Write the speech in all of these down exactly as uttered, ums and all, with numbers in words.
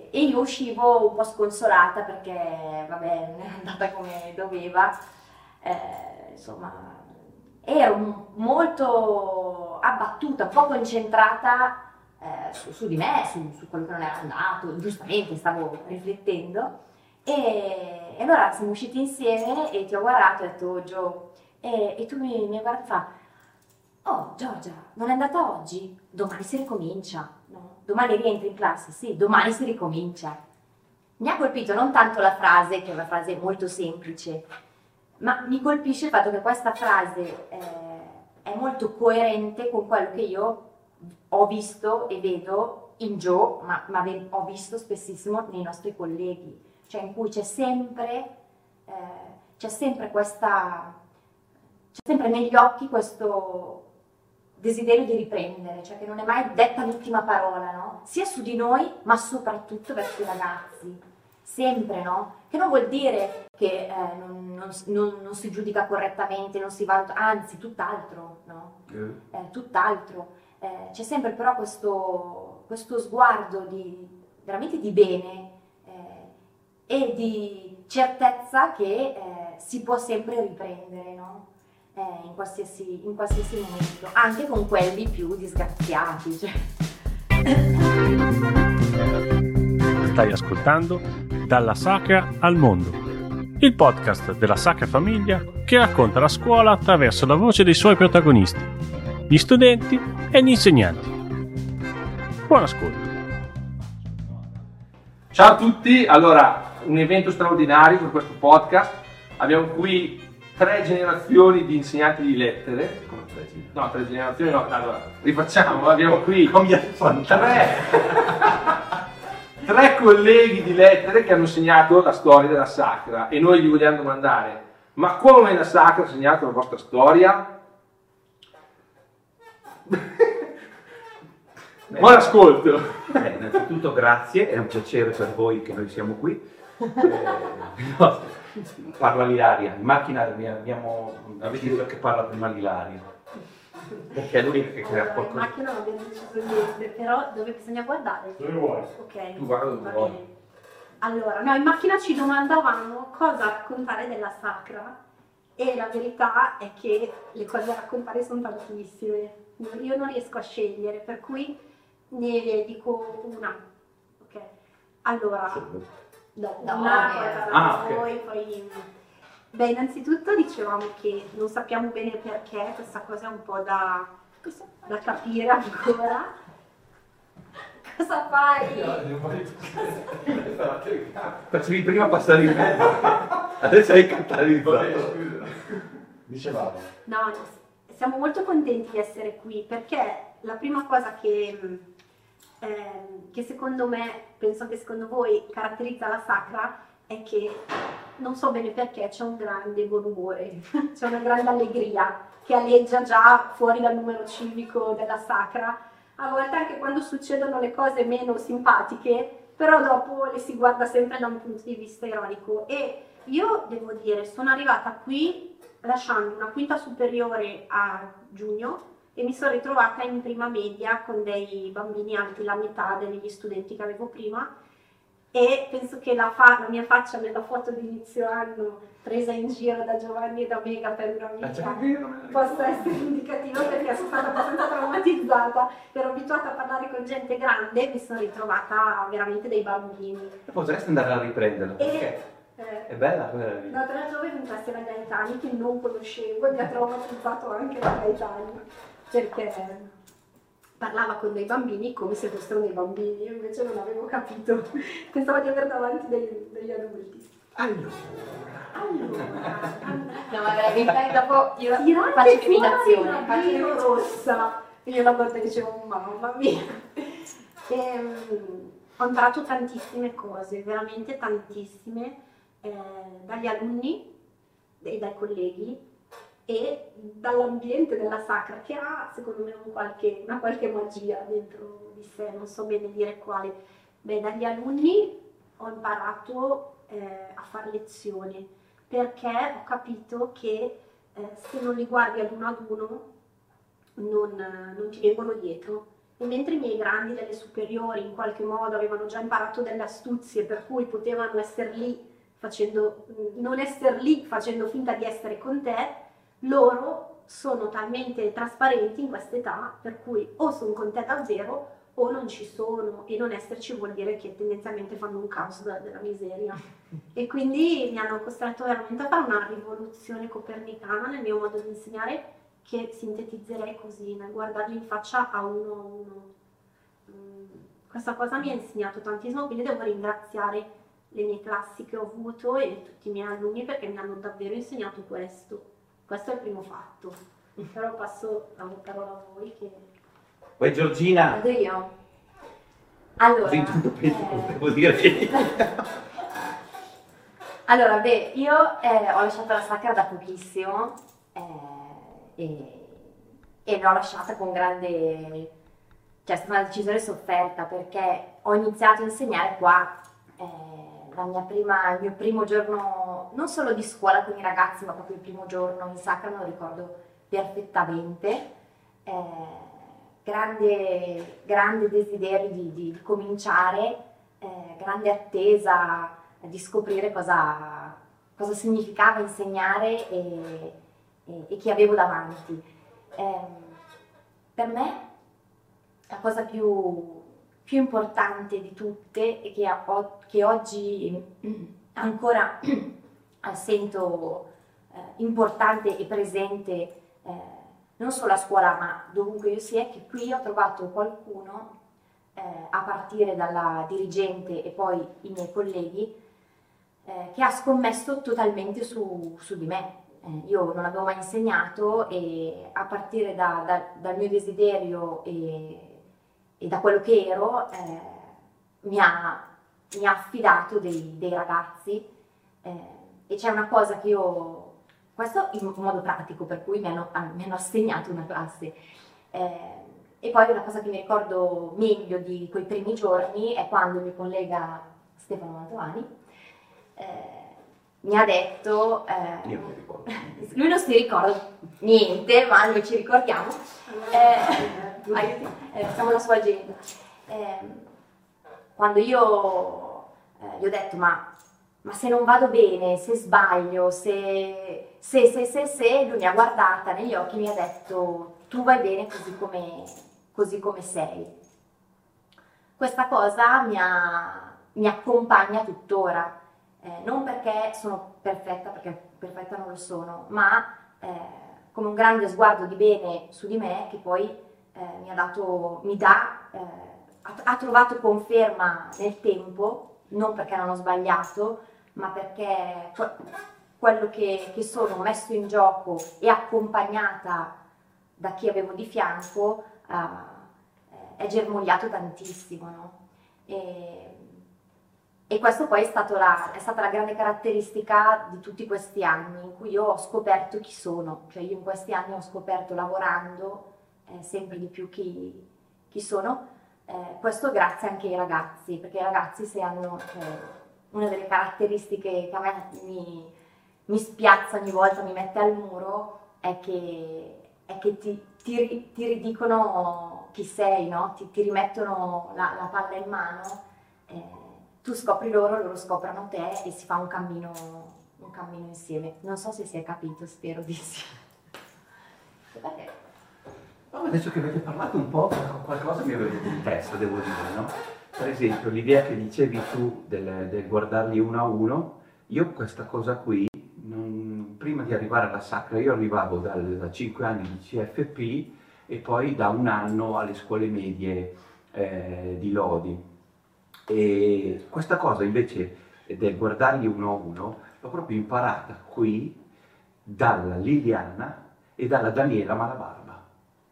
e io uscivo un po' sconsolata perché vabbè non è andata come doveva, eh, insomma ero molto abbattuta, un po' concentrata eh, su, su di me, su, su quello che non era andato, giustamente stavo riflettendo e, e allora siamo usciti insieme e ti ho guardato e ho detto oh, Gio, e, e tu mi, mi hai guardato e fa oh Giorgia, non è andata oggi? Domani si ricomincia, no? Domani rientri in classe? Sì, domani si ricomincia. Mi ha colpito non tanto la frase, che è una frase molto semplice, ma mi colpisce il fatto che questa frase eh, è molto coerente con quello che io ho visto e vedo in Gio, ma, ma ho visto spessissimo nei nostri colleghi, cioè in cui c'è sempre, eh, c'è sempre questa, c'è sempre negli occhi questo desiderio di riprendere, cioè che non è mai detta l'ultima parola, no? Sia su di noi, ma soprattutto verso i ragazzi, sempre, no? Che non vuol dire che eh, non, non, non, non si giudica correttamente, non si valuta, anzi, tutt'altro, no? Mm. Eh, tutt'altro. Eh, c'è sempre però questo, questo sguardo di, veramente di bene eh, e di certezza che eh, si può sempre riprendere, no? Eh, in, qualsiasi, in qualsiasi momento, anche con quelli più disgraziati. Cioè. Stai ascoltando Dalla Sacra al Mondo, il podcast della Sacra Famiglia che racconta la scuola attraverso la voce dei suoi protagonisti, gli studenti e gli insegnanti. Buon ascolto. Ciao a tutti, allora un evento straordinario per questo podcast. Abbiamo qui tre generazioni di insegnanti di lettere. Come tre? No, tre generazioni no, allora rifacciamo, abbiamo qui tre, tre colleghi di lettere che hanno insegnato la storia della Sacra e noi gli vogliamo domandare: ma come la Sacra ha insegnato la vostra storia? Buon ascolto. Eh, innanzitutto grazie, è un piacere per voi che noi siamo qui. Eh, no, parla l'Ilaria, in macchina abbiamo, avete detto che parla prima l'Ilaria, perché è l'unica che crea qualcosa. In macchina non abbiamo deciso niente, però dove bisogna guardare? Dove vuoi? Ok. Tu guarda dove vuoi. Allora, no, in macchina ci domandavamo cosa raccontare della Sacra e la verità è che le cose da raccontare sono tantissime. Io non riesco a scegliere, per cui ne dico una. Ok. Allora, no, No, una eh. cosa Ah, da ok. voi, poi. Beh, innanzitutto dicevamo che non sappiamo bene perché, questa cosa è un po' da, da capire ancora. Cosa fai? Facevi prima passare in mezzo, adesso hai catalizzato. Dicevamo. No, no, siamo molto contenti di essere qui perché la prima cosa che, ehm, che secondo me, penso che secondo voi, caratterizza la Sacra è che non so bene perché c'è un grande buon umore, c'è una grande allegria che alleggia già fuori dal numero civico della Sacra. A volte anche quando succedono le cose meno simpatiche, però dopo le si guarda sempre da un punto di vista ironico. E io devo dire, sono arrivata qui lasciando una quinta superiore a giugno e mi sono ritrovata in prima media con dei bambini alti la metà degli studenti che avevo prima e penso che la, fa- la mia faccia nella foto di inizio anno presa in giro da Giovanni e da Mega per un'amica possa essere indicativa perché sono stata abbastanza traumatizzata, ero abituata a parlare con gente grande e mi sono ritrovata veramente dei bambini. Potresti andare a riprenderla, perché E, eh, è bella quella lì. l'altro giorno è venuta assieme a Gaetani che non conoscevo, mi ha traumatizzato anche da Gaetani perché parlava con dei bambini come se fossero dei bambini, io invece non avevo capito, pensavo di avere davanti dei, degli adulti. Allora, Allora, No, ma veramente dopo io tirate faccio fuori imitazione, la faccio birra imitazione. rossa. Io una volta dicevo mamma mia. E, ho imparato tantissime cose, veramente tantissime, eh, dagli alunni e dai colleghi e dall'ambiente della Sacra che ha secondo me un qualche, una qualche magia dentro di sé, non so bene dire quale. Beh, dagli alunni ho imparato eh, a fare lezioni perché ho capito che eh, se non li guardi ad uno ad uno non, non ti vengono dietro E mentre i miei grandi delle superiori in qualche modo avevano già imparato delle astuzie per cui potevano essere lì facendo, non essere lì facendo finta di essere con te, loro sono talmente trasparenti in questa età per cui o sono con te davvero o non ci sono, e non esserci vuol dire che tendenzialmente fanno un caos della, della miseria. E quindi mi hanno costretto veramente a fare una rivoluzione copernicana nel mio modo di insegnare, che sintetizzerei così, nel guardarli in faccia a uno a uno. Mm, questa cosa mi ha insegnato tantissimo, quindi devo ringraziare le mie classi che ho avuto e tutti i miei alunni perché mi hanno davvero insegnato questo. Questo è il primo fatto. Però passo la parola a voi che... Poi Giorgina. Vado io. Allora, Così intanto penso cosa eh... devo dire. allora, beh, io eh, ho lasciato la Sacra da pochissimo eh, e, e l'ho lasciata con grande... cioè è stata una decisione sofferta perché ho iniziato a insegnare qua eh, la mia prima, il mio primo giorno, non solo di scuola con i ragazzi, ma proprio il primo giorno in Sacra, me lo ricordo perfettamente. Eh, grande, grande desiderio di, di, di cominciare, eh, grande attesa di scoprire cosa, cosa significava insegnare e, e, e chi avevo davanti. Eh, per me la cosa più, più importante di tutte e che, ho, che oggi ancora sento eh, importante e presente eh, non solo a scuola ma dovunque io sia, è che qui ho trovato qualcuno, eh, a partire dalla dirigente e poi i miei colleghi, eh, che ha scommesso totalmente su, su di me. Eh, io non avevo mai insegnato e a partire da, da, dal mio desiderio e, e da quello che ero, eh, mi, ha, mi ha affidato dei, dei ragazzi eh, e c'è una cosa che io... Questo in modo pratico, per cui mi hanno, mi hanno assegnato una classe. Eh, e poi una cosa che mi ricordo meglio di quei primi giorni è quando il mio collega Stefano Mantovani eh, mi ha detto... Eh, Io mi ricordo. Lui non si ricorda niente, ma noi ci ricordiamo. Eh, eh, siamo la sua agenda. Eh, quando io eh, gli ho detto, ma... ma se non vado bene, se sbaglio, se, se, se, se, se, lui mi ha guardata negli occhi e mi ha detto tu vai bene così come, così come sei. Questa cosa mi, ha, mi accompagna tuttora, eh, non perché sono perfetta, perché perfetta non lo sono, ma eh, come un grande sguardo di bene su di me che poi eh, mi ha dato, mi dà, eh, ha, ha trovato conferma nel tempo, non perché non ho sbagliato, ma perché quello che, che sono messo in gioco e accompagnata da chi avevo di fianco uh, è germogliato tantissimo, no? E, e questo poi è, stato la, è stata la grande caratteristica di tutti questi anni in cui io ho scoperto chi sono, cioè io in questi anni ho scoperto lavorando eh, sempre di più chi, chi sono, eh, questo grazie anche ai ragazzi, perché i ragazzi se hanno... Eh, una delle caratteristiche che a me mi, mi spiazza ogni volta, mi mette al muro, è che, è che ti, ti, ti ridicono chi sei, no? ti, ti rimettono la, la palla in mano, eh, tu scopri loro, loro scoprono te e si fa un cammino, un cammino insieme. Non so se si è capito, spero di sì. Perché? No, adesso che avete parlato un po', qualcosa mi è venuto in testa, devo dire, no? Per esempio, l'idea che dicevi tu del, del guardarli uno a uno, io questa cosa qui, non, prima di arrivare alla Sacra, io arrivavo dal, da cinque anni di C F P e poi da un anno alle scuole medie eh, di Lodi. E questa cosa invece del guardarli uno a uno l'ho proprio imparata qui dalla Liliana e dalla Daniela Malabarba.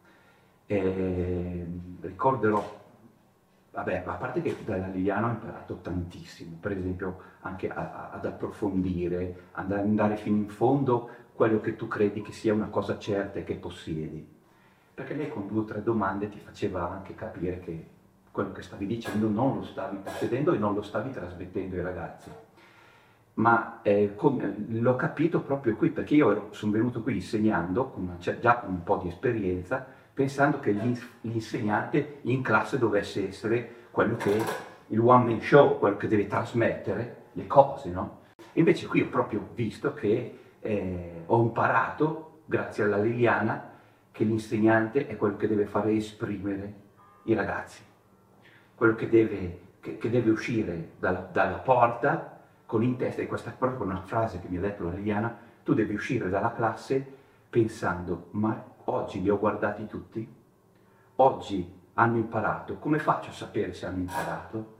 E ricorderò, vabbè, a parte che dalla Liliana ho imparato tantissimo, per esempio anche a, a, ad approfondire, ad andare fino in fondo quello che tu credi che sia una cosa certa e che possiedi. Perché lei con due o tre domande ti faceva anche capire che quello che stavi dicendo non lo stavi possedendo e non lo stavi trasmettendo ai ragazzi. Ma eh, l'ho capito proprio qui, perché io ero, sono venuto qui insegnando, con una, già con un po' di esperienza, pensando che l'in- l'insegnante in classe dovesse essere quello che è il one man show, quello che deve trasmettere le cose, no? Invece qui ho proprio visto che eh, ho imparato, grazie alla Liliana, che l'insegnante è quello che deve fare esprimere i ragazzi, quello che deve, che, che deve uscire dalla, dalla porta con in testa, e questa è proprio una frase che mi ha detto la Liliana, tu devi uscire dalla classe pensando, ma oggi li ho guardati tutti? Oggi hanno imparato, come faccio a sapere se hanno imparato?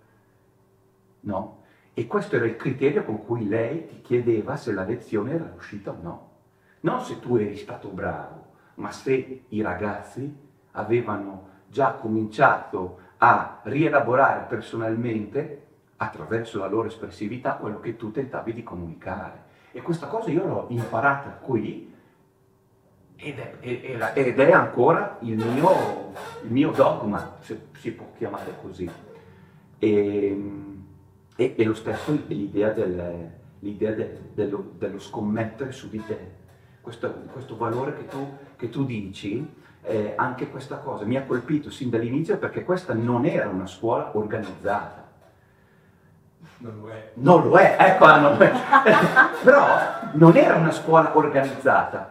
No? E questo era il criterio con cui lei ti chiedeva se la lezione era riuscita o no. Non se tu eri stato bravo, ma se i ragazzi avevano già cominciato a rielaborare personalmente, attraverso la loro espressività, quello che tu tentavi di comunicare. E questa cosa io l'ho imparata qui ed è, ed è, ed è ancora il mio, il mio dogma, se si può chiamare così. E, e, e lo stesso l'idea, del, l'idea del, dello, dello scommettere su di te. Questo, questo valore che tu, che tu dici, eh, anche questa cosa mi ha colpito sin dall'inizio, perché questa non era una scuola organizzata. Non lo è. Non lo è, ecco, non lo è. Però non era una scuola organizzata.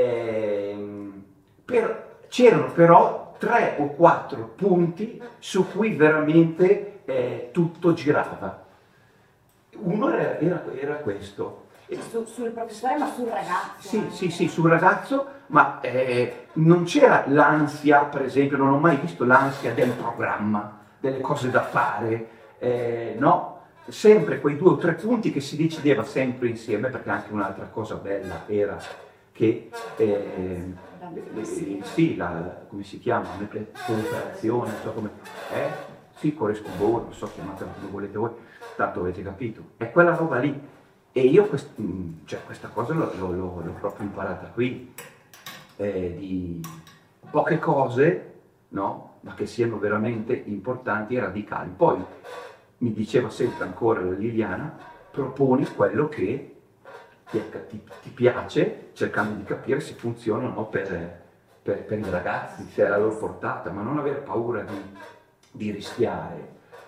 Ehm, per, c'erano però tre o quattro punti su cui veramente eh, tutto girava. Uno era, era, era questo. Su, sul professore, ma sul ragazzo. Sì, anche. sì, sì, sul ragazzo, ma eh, non c'era l'ansia, per esempio, non ho mai visto l'ansia del programma, delle cose da fare, eh, no? Sempre quei due o tre punti che si decideva sempre insieme, perché anche un'altra cosa bella era che, eh, eh, sì, la, come si chiama, la cooperazione, non so come, eh? Sì, corrispondenza, non so, chiamatela come volete voi, tanto avete capito, è quella roba lì. E io quest, cioè, questa cosa l'ho, l'ho, l'ho proprio imparata qui, eh, di poche cose, no? Ma che siano veramente importanti e radicali. Poi mi diceva sempre ancora la Liliana, proponi quello che ti, ti, ti piace, cercando di capire se funziona o no per, per, per i ragazzi, se è alla loro portata, ma non avere paura di, di rischiare.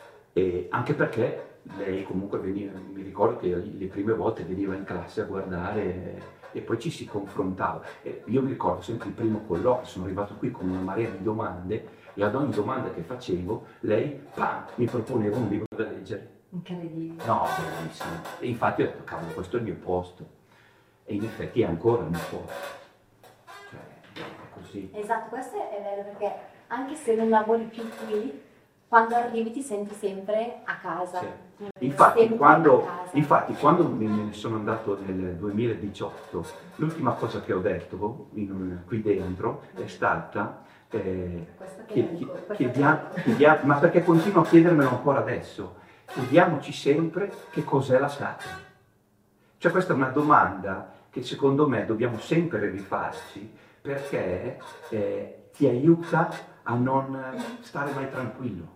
E anche perché lei comunque veniva, mi ricordo che le prime volte veniva in classe a guardare e poi ci si confrontava. E io mi ricordo sempre il primo colloquio, sono arrivato qui con una marea di domande e ad ogni domanda che facevo lei, pam, mi proponeva un libro da leggere. Incredibile. No, bellissimo. E infatti ho detto, cavolo, questo è il mio posto. E in effetti è ancora il mio posto. Cioè, è così. Esatto, questo è vero, perché anche se non lavori più qui, quando arrivi ti senti sempre a casa. Sì. Mm, Infatti sempre quando, a casa. infatti quando me ne sono andato nel duemiladiciotto, l'ultima cosa che ho detto in, qui dentro è stata eh, chiedi- chiediamo, chiediamo, ma perché continuo a chiedermelo ancora adesso, chiediamoci sempre che cos'è la sacra. Cioè questa è una domanda che secondo me dobbiamo sempre rifarci, perché eh, ti aiuta a non stare mai tranquillo.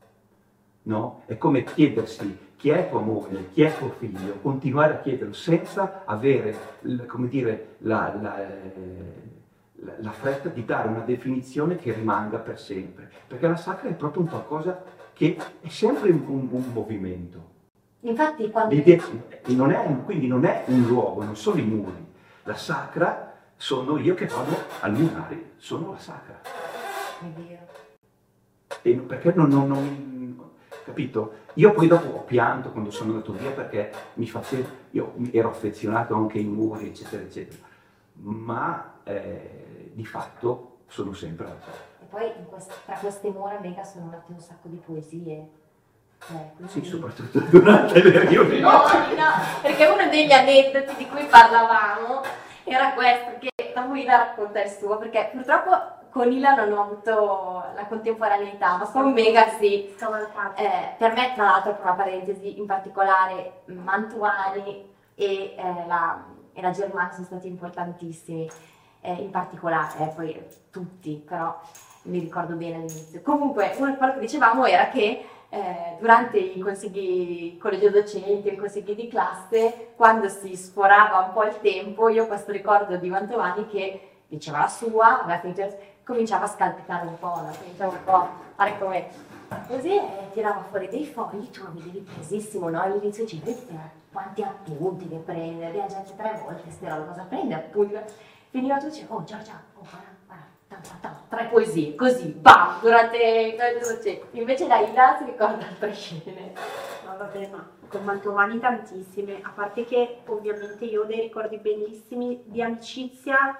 No? È come chiedersi chi è tua moglie, chi è tuo figlio, continuare a chiederlo senza avere, come dire, la, la, la, la fretta di dare una definizione che rimanga per sempre, perché la sacra è proprio un qualcosa che è sempre un, un, un movimento. Infatti quando... L'idea, non è un, quindi non è un luogo, non sono i muri, la sacra sono io che vado al murare, sono la sacra. È vero. E perché non, non, non capito? Io poi dopo ho pianto quando sono andato via, perché mi faceva, io ero affezionato anche ai muri, eccetera, eccetera, ma eh, di fatto sono sempre la sacra. E poi in quest- tra queste mura mega sono nate un sacco di poesie. Eh, quindi... Sì, soprattutto durante le riunioni. No, no, perché uno degli aneddoti di cui parlavamo era questo, che dopo Ila racconta il suo, perché purtroppo con Ila non ho avuto la contemporaneità, ma con Mega sì. Eh, per me, tra l'altro, per una parentesi, in particolare Mantuani e, eh, la, e la Germania sono stati importantissimi, eh, in particolare, eh, poi tutti, però mi ricordo bene all'inizio. Comunque, quello che dicevamo era che Eh, durante i consigli collegio docenti, i consigli di classe, quando si sforava un po' il tempo, io ho questo ricordo di Mantovani che diceva la sua, aveva finito, cominciava a scalpitare un po', no? Cominciava un po' a fare come così e tirava fuori dei fogli, tu lo vedevi presissimo, no? All'inizio dicevi, quanti appunti che prende, la gente tre volte, ste roba, cosa prende appunti? Finiva tu dicevi, oh Giorgia, oh guarda, guarda, tam, tam, tam, tre poesie, così, bam, durante, durante invece da Ila si ricorda altre scene. No, vabbè, ma con Mantovani tantissime, a parte che ovviamente io ho dei ricordi bellissimi di amicizia,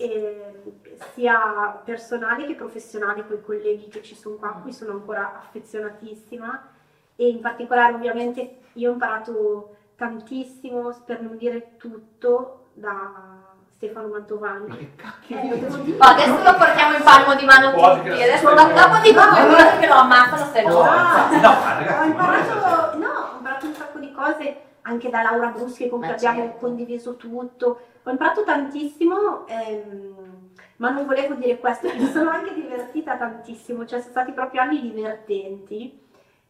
eh, sia personali che professionali con i colleghi che ci sono qua, a cui sono ancora affezionatissima, e in particolare ovviamente io ho imparato tantissimo, per non dire tutto, da Stefano Mantovani. Ma che cacchio Eh, di- lo devo dire. Ma adesso lo portiamo in palmo di mano tutti, adesso da capo di due che lo ammazzano se no. No, infatti, no, ma ragazzi, ho ma imparato, no, ho imparato un sacco di cose anche da Laura Bruschi con cui Ma abbiamo certo. condiviso tutto. Ho imparato tantissimo, ehm, ma non volevo dire questo, mi sono anche divertita tantissimo, cioè sono stati proprio anni divertenti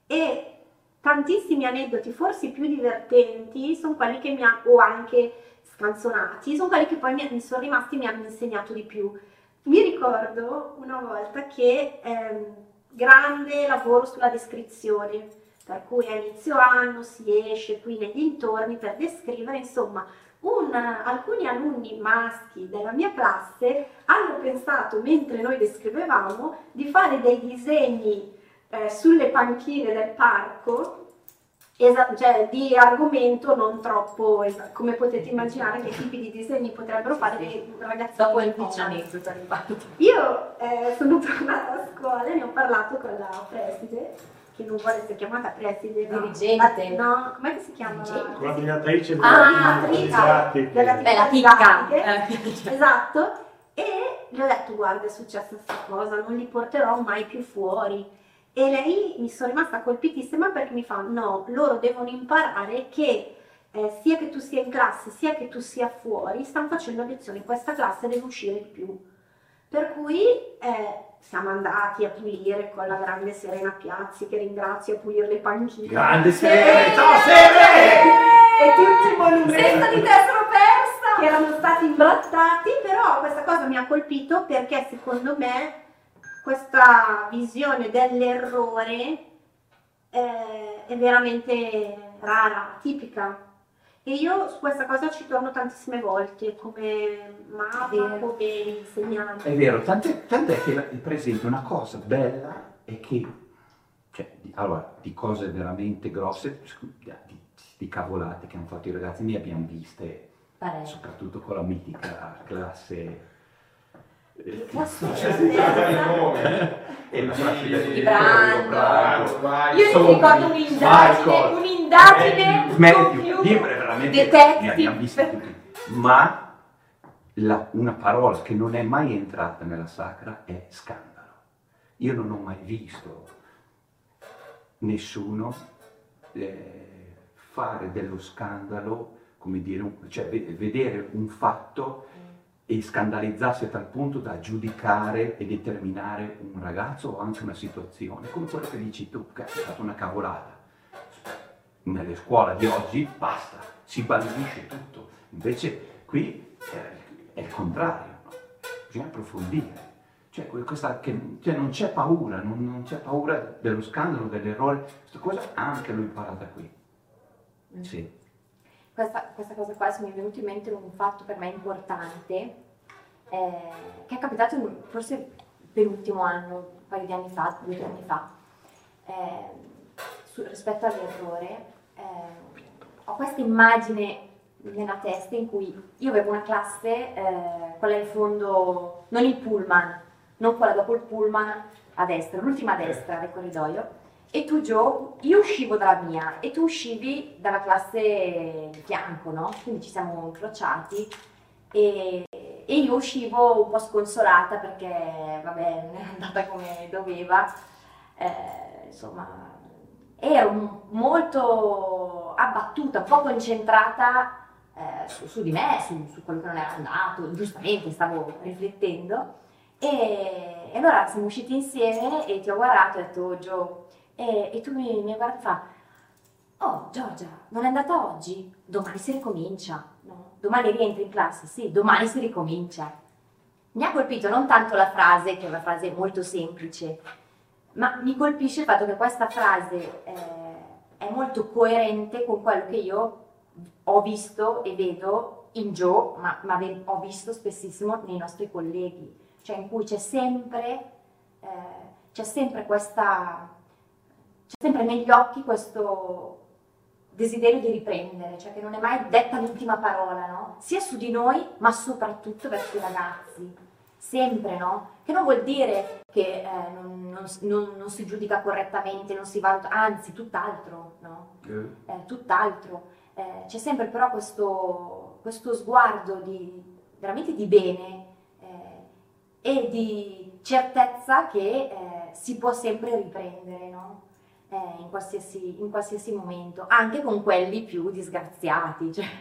e tantissimi aneddoti, forse i più divertenti, sono quelli che mi hanno, o anche scanzonati, sono quelli che poi mi, mi sono rimasti e mi hanno insegnato di più. Mi ricordo una volta che ehm, grande lavoro sulla descrizione, per cui a inizio anno si esce qui nei dintorni per descrivere, insomma, un, alcuni alunni maschi della mia classe hanno pensato, mentre noi descrivevamo, di fare dei disegni eh, sulle panchine del parco, esa- cioè di argomento non troppo, esa- come potete immaginare che tipi di disegni potrebbero fare Sì. dei ragazzi. Dopo il piccianetto, riparto. Io eh, sono tornata a scuola e ne ho parlato con la preside, che non vuole essere chiamata preside, no. Dirigente. La- no, com'è che si chiama? Dirigente. Coordinatrice Ah, della attrice didattica. della Beh, la didattica. picca. Eh. Esatto, e le ho detto guarda è successa questa cosa, non li porterò mai più fuori. E lei mi sono rimasta colpitissima perché mi fa no, loro devono imparare che eh, sia che tu sia in classe sia che tu sia fuori stanno facendo lezioni, questa classe deve uscire di più. Per cui eh, siamo andati a pulire con la grande Serena Piazzi, che ringrazio, a pulire le panchine. Grande Sere! Ciao Sere! E tutti i monumenti Senza di te sono persa! che erano stati imbrattati, però questa cosa mi ha colpito perché secondo me questa visione dell'errore eh, è veramente rara, tipica. E io su questa cosa ci torno tantissime volte come mamma, Vero. come insegnante. È vero, tant'è, tant'è che la- per esempio una cosa bella è che, cioè, di, allora, di cose veramente grosse, scu- di, di cavolate che hanno fatto i ragazzi, ne abbiamo viste, Parecchio. soprattutto con la mitica classe. eh, E la classe Di Brando. vai. Io mi ricordo un'indagine, Michael, un'indagine Matthew, con io più veramente detective. ne abbiamo visti tutti. Ma la- una parola che non è mai entrata nella sacra è scandalo. Io non ho mai visto nessuno eh, fare dello scandalo, come dire, un- cioè ve- vedere un fatto e scandalizzarsi a tal punto da giudicare e determinare un ragazzo o anche una situazione, come quello che dici tu, che è stata una cavolata. Nelle scuole di oggi basta, si ballisce tutto, invece qui è, è il contrario, no? Bisogna approfondire. Cioè, que- questa, che, cioè non c'è paura, non, non c'è paura dello scandalo, dell'errore, questa cosa anche l'ho imparata qui. Sì. Questa, questa cosa qua mi è venuto in mente un fatto per me importante, eh, che è capitato in- forse penultimo anno, un paio di anni fa, due o tre anni fa, eh, su- rispetto all'errore. eh, ho questa immagine nella testa in cui io avevo una classe, eh, quella in fondo, non il pullman, non quella dopo il pullman, a destra, l'ultima a destra del corridoio, e tu Gio, io uscivo dalla mia e tu uscivi dalla classe di fianco, no? Quindi ci siamo incrociati e, e io uscivo un po' sconsolata perché, vabbè, non è andata come doveva, eh, insomma, ero molto abbattuta, un po' concentrata eh, su, su di me, su, su quello che non era andato, giustamente stavo riflettendo e, e allora siamo usciti insieme e ti ho guardato e ho detto, Gio, e, e tu mi, mi hai guardato e fa, oh Giorgia, non è andata oggi? Domani si ricomincia, no? Domani rientri in classe? Sì, domani si ricomincia. mi ha colpito non tanto la frase, che è una frase molto semplice, ma mi colpisce il fatto che questa frase eh, è molto coerente con quello che io ho visto e vedo in Joe, ma, ma ve- ho visto spessissimo nei nostri colleghi, cioè in cui c'è sempre, eh, c'è sempre questa, c'è sempre negli occhi questo desiderio di riprendere, cioè che non è mai detta l'ultima parola, no? Sia su di noi, ma soprattutto verso i ragazzi, sempre, no? Che non vuol dire che eh, non, non, non, non si giudica correttamente, non si valuta, anzi, tutt'altro, no? Eh, tutt'altro. Eh, c'è sempre però questo, questo sguardo di, veramente di bene eh, e di certezza che eh, si può sempre riprendere, no? Eh, in, qualsiasi, in qualsiasi momento, anche con quelli più disgraziati. Cioè.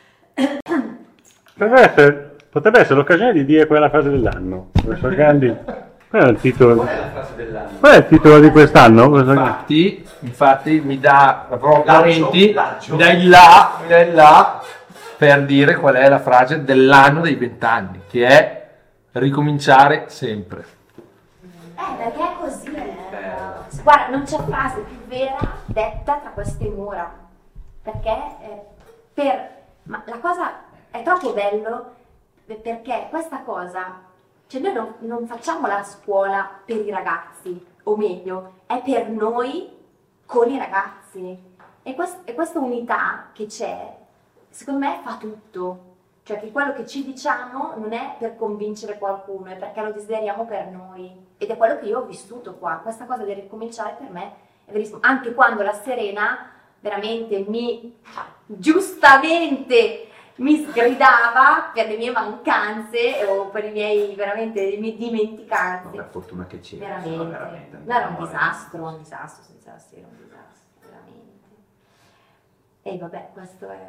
Potrebbe essere, potrebbe essere l'occasione di dire quella frase dell'anno, professor Gandhi. Qual è il titolo? Qual è la frase dell'anno? Qual è il titolo di quest'anno, professor Gandhi? Infatti, infatti mi dà proprio Lancio, venti, lancio. mi dà il là, mi dà il là per dire qual è la frase dell'anno dei vent'anni, che è ricominciare sempre. Eh, perché è così. Eh. Guarda, non c'è frase più vera detta tra queste mura. Perché eh, per. Ma la cosa è troppo bello perché questa cosa. Cioè, noi non, non facciamo la scuola per i ragazzi, o meglio, è per noi con i ragazzi. E, quest, e questa unità che c'è, secondo me, fa tutto. Cioè che quello che ci diciamo non è per convincere qualcuno, è perché lo desideriamo per noi. Ed è quello che io ho vissuto qua. Questa cosa di ricominciare per me è verissimo. Anche quando la Serena veramente mi, giustamente, mi sgridava per le mie mancanze o per i miei, veramente, le mie dimenticanze. Per fortuna che c'era. Veramente. No, veramente. No, era un disastro, un disastro senza la Serena, un disastro, veramente. E vabbè, questo è...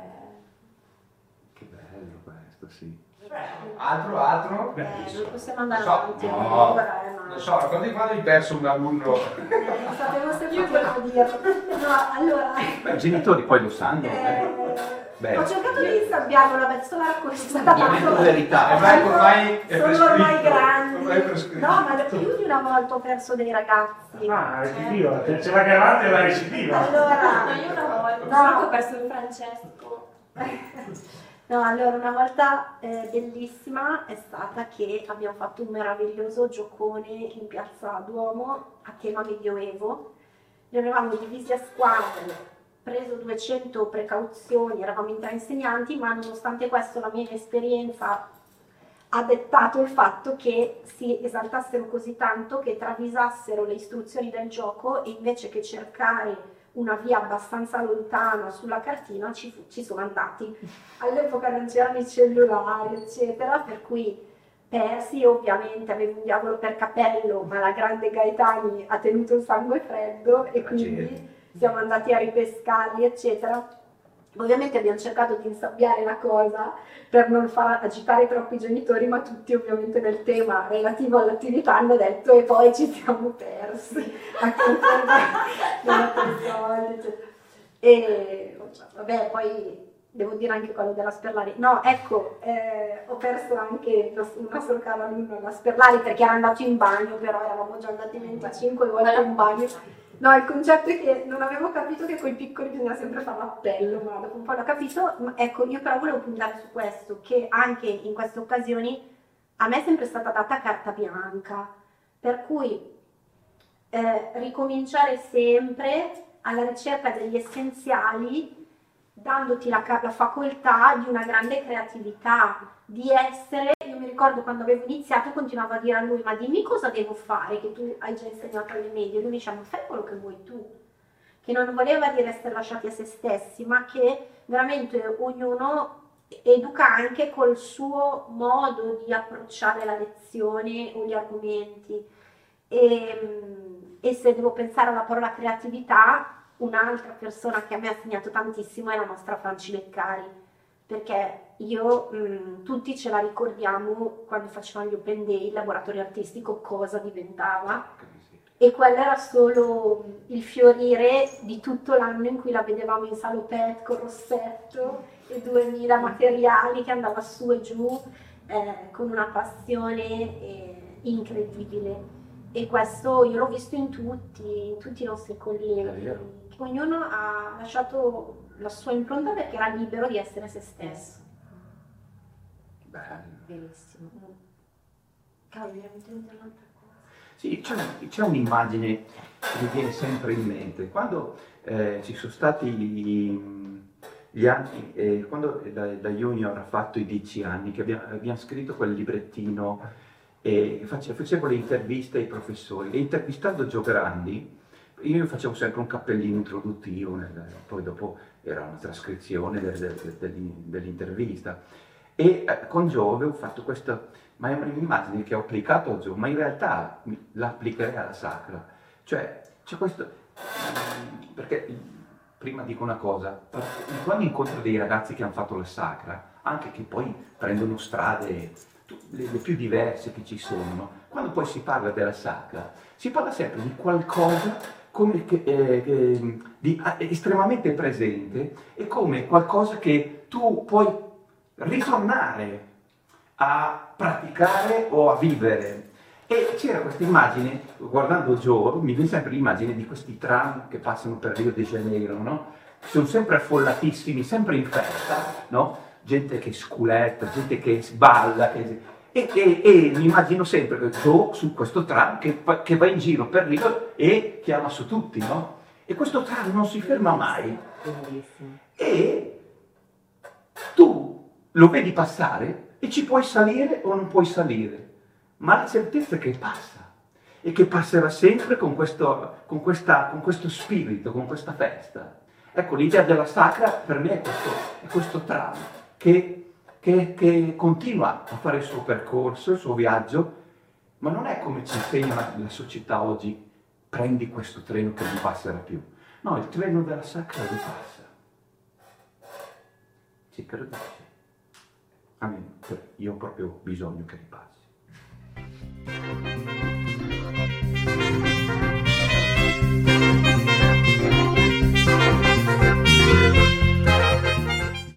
Che bello questo, sì. Altro, altro? Eh, non possiamo andare Non so, avanti no. ancora, eh, ma... Non so, quando di quando hai perso un alunno? Eh, sapevo se potevo dirlo. No, allora... Beh, i genitori poi lo sanno. Eh. Eh, Beh. ho cercato di insabbiarlo, la persona raccontata. Non è la verità. Eh, vai, ormai è Sono prescritto. ormai grandi. Ormai è prescritto. No, ma più di una volta ho perso dei ragazzi. Ah, Cioè, recidiva, c'è la gravata e la recidiva. Allora, No, io una volta, No. ho perso il Francesco. no, allora una volta eh, bellissima è stata che abbiamo fatto un meraviglioso giocone in piazza Duomo a tema Medioevo. Li avevamo divisi a squadre, preso duecento precauzioni, eravamo in tre insegnanti, ma nonostante questo la mia esperienza ha dettato il fatto che si esaltassero così tanto che travisassero le istruzioni del gioco e invece che cercare una via abbastanza lontana sulla cartina ci, fu- ci sono andati. All'epoca non c'erano i cellulari, eccetera, per cui persi, ovviamente avevo un diavolo per capello, ma la grande Gaetani ha tenuto il sangue freddo e quindi siamo andati a ripescarli, eccetera. Ovviamente abbiamo cercato di insabbiare la cosa per non far agitare troppo i genitori, ma tutti ovviamente nel tema relativo all'attività hanno detto e poi ci siamo persi a soldi. E vabbè, poi devo dire anche quello della Sperlari. No, ecco, eh, ho perso anche un nostro caro alunno alla Sperlari perché era andato in bagno, però eravamo già andati venticinque volte in bagno. No, il concetto è che non avevo capito che con i piccoli bisogna sempre fare l'appello, ma dopo un po' l'ho capito. Ma ecco, io però volevo puntare su questo, che anche in queste occasioni a me è sempre stata data carta bianca, per cui eh, ricominciare sempre alla ricerca degli essenziali, dandoti la, la facoltà di una grande creatività, di essere, io mi ricordo quando avevo iniziato continuavo a dire a lui, ma dimmi cosa devo fare, che tu hai già insegnato alle medie, lui mi diceva, fai quello che vuoi tu, che non voleva dire essere lasciati a se stessi, ma che veramente ognuno educa anche col suo modo di approcciare la lezione o gli argomenti, e, e se devo pensare alla parola creatività, un'altra persona che a me ha segnato tantissimo è la nostra Franci Leccari, perché io, mh, tutti ce la ricordiamo quando facevamo gli open day, il laboratorio artistico cosa diventava, e quello era solo il fiorire di tutto l'anno in cui la vedevamo in salopette con rossetto e duemila materiali che andava su e giù, eh, con una passione eh, incredibile. E questo io l'ho visto in tutti, in tutti i nostri colleghi, che ognuno ha lasciato la sua impronta perché era libero di essere se stesso. Bello. Benissimo. Cavolo, veramente un'altra cosa. Sì, c'è, c'è un'immagine che mi viene sempre in mente. Quando eh, ci sono stati gli, gli anni, eh, quando la, la Junior ha fatto i dieci anni, che abbiamo, abbiamo scritto quel librettino e face, facevo le interviste ai professori, e intervistando Gio Grandi, io facevo sempre un cappellino introduttivo, nel, poi dopo era una trascrizione del, del, del, dell'intervista. E eh, con Gio avevo fatto questa, ma è un'immagine che ho applicato a Gio, ma in realtà la applicherei alla Sacra. Cioè, c'è questo, perché prima dico una cosa, quando incontro dei ragazzi che hanno fatto la Sacra, anche che poi prendono strade le, le più diverse che ci sono, no? Quando poi si parla della Sacra, si parla sempre di qualcosa come che, eh, che, di eh, estremamente presente e come qualcosa che tu puoi ritornare a praticare o a vivere. E c'era questa immagine, guardando Joe, mi viene sempre l'immagine di questi tram che passano per Rio de Janeiro, no? Sono sempre affollatissimi, sempre in festa, no? Gente che sculetta, gente che balla, che... E, e, e mi immagino sempre che Joe su questo tram che, che va in giro per Rio e chiama su tutti, no? E questo tram non si ferma mai. E tu lo vedi passare e ci puoi salire o non puoi salire, ma la certezza è che passa e che passerà sempre con questo, con questa, con questo spirito, con questa festa. Ecco, l'idea della Sacra per me è questo, è questo tram che, che, che continua a fare il suo percorso, il suo viaggio, ma non è come ci insegna la, la società oggi, prendi questo treno che non passerà più. No, il treno della Sacra ripassa. Ci credo. Io ho proprio bisogno che ripassi.